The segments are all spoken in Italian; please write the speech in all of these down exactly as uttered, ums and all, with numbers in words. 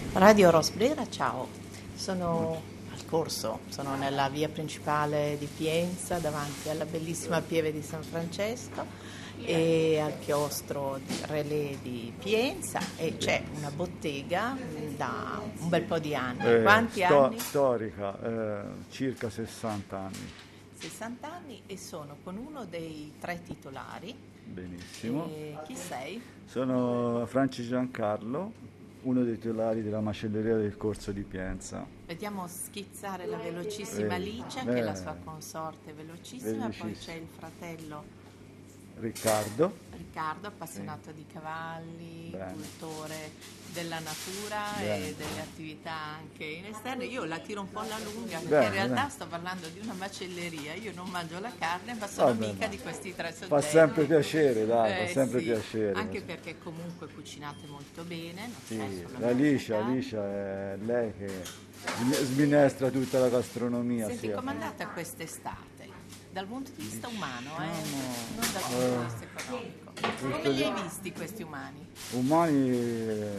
Radio Rosbrera, ciao, sono al corso, sono nella via principale di Pienza davanti alla bellissima pieve di San Francesco e al chiostro di Relè di Pienza e c'è una bottega da un bel po' di anni. Eh, Quanti sto- anni? storica, eh, circa sessanta anni. sessanta anni e sono con uno dei tre titolari. Benissimo. E chi sei? Sono Franci Giancarlo, uno dei titolari della macelleria del Corso di Pienza. Vediamo schizzare la velocissima Eh, Licia, che è la eh, sua consorte velocissima, poi velocissima. c'è il fratello Riccardo. Riccardo, appassionato di cavalli, Bene. cultore della natura Bene. e delle attività anche in esterno. Io la tiro un po' alla lunga perché Bene, in realtà bene. sto parlando di una macelleria, io non mangio la carne ma sono Vabbè, amica ma di questi tre soggetti. fa sempre piacere, dai, fa Eh, sempre sì, piacere. anche perché comunque cucinate molto bene, non Sì, c'è la solamente Licia, carne. Licia è lei che sminestra tutta la gastronomia. Senti, sì. com'è andata quest'estate? Dal punto di vista umano, eh? Diciamo, Non dal punto di vista economico. Come li hai visti questi umani? Umani eh,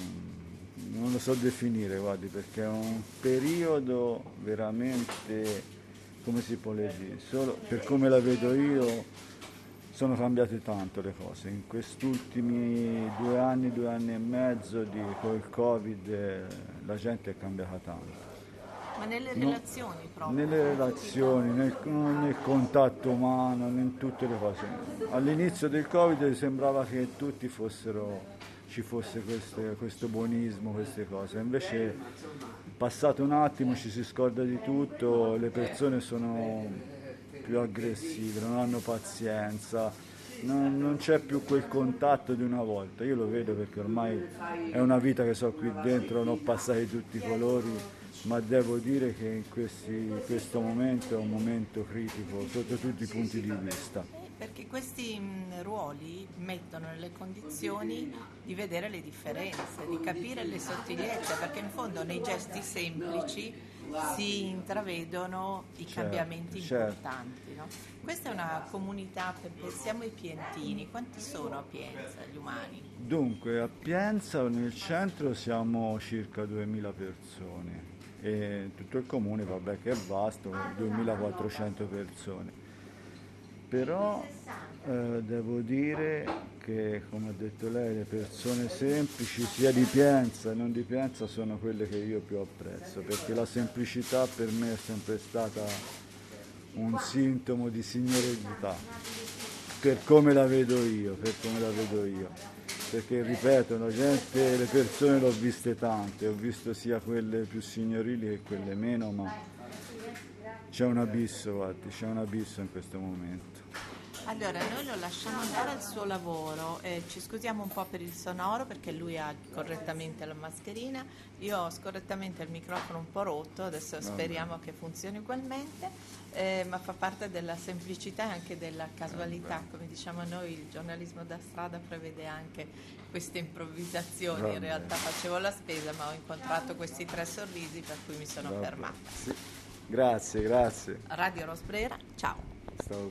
non lo so definire, guardi, perché è un periodo veramente, come si può dire, solo per come la vedo io, sono cambiate tanto le cose. In questi ultimi due anni, due anni e mezzo di, col Covid, eh, la gente è cambiata tanto. Ma nelle No, relazioni proprio? nelle relazioni, nel, nel contatto umano, in tutte le cose. All'inizio del Covid sembrava che tutti fossero, ci fosse queste- questo buonismo, queste cose. Invece passato un attimo ci si scorda di tutto, le persone sono più aggressive, non hanno pazienza, non, non c'è più quel contatto di una volta. Io lo vedo perché ormai è una vita che so qui dentro, non ho passati tutti i colori, ma devo dire che in questi- in questo momento è un momento critico sotto tutti i punti di vista. Eh, Perché questi mh, ruoli mettono nelle condizioni di vedere le differenze, di capire le sottigliezze, perché in fondo nei gesti semplici si intravedono i Certo, cambiamenti certo. importanti. No? Questa è una comunità, per- pensiamo ai pientini, quanti sono a Pienza gli umani? Dunque, a Pienza nel centro siamo circa duemila persone e tutto il comune, vabbè, che è vasto, duemilaquattrocento persone. Però eh, devo dire che, come ha detto lei, le persone semplici, sia di Pienza e non di Pienza, sono quelle che io più apprezzo, perché la semplicità per me è sempre stata un sintomo di signorilità, per come la vedo io, per come la vedo io. Perché ripeto, la gente, le persone l'ho viste tante, ho visto sia quelle più signorili che quelle meno, ma c'è un abisso, guardi, c'è un abisso in questo momento. Allora, noi lo lasciamo andare al suo lavoro, eh, ci scusiamo un po' per il sonoro perché lui ha correttamente la mascherina, io ho scorrettamente il microfono un po' rotto, adesso speriamo che funzioni ugualmente, eh, ma fa parte della semplicità e anche della casualità, come diciamo noi, il giornalismo da strada prevede anche queste improvvisazioni, Va in realtà bene. facevo la spesa ma ho incontrato questi tre sorrisi per cui mi sono Va bene. fermata. Sì. Grazie, grazie. Radio Rosbrera, ciao! Stavo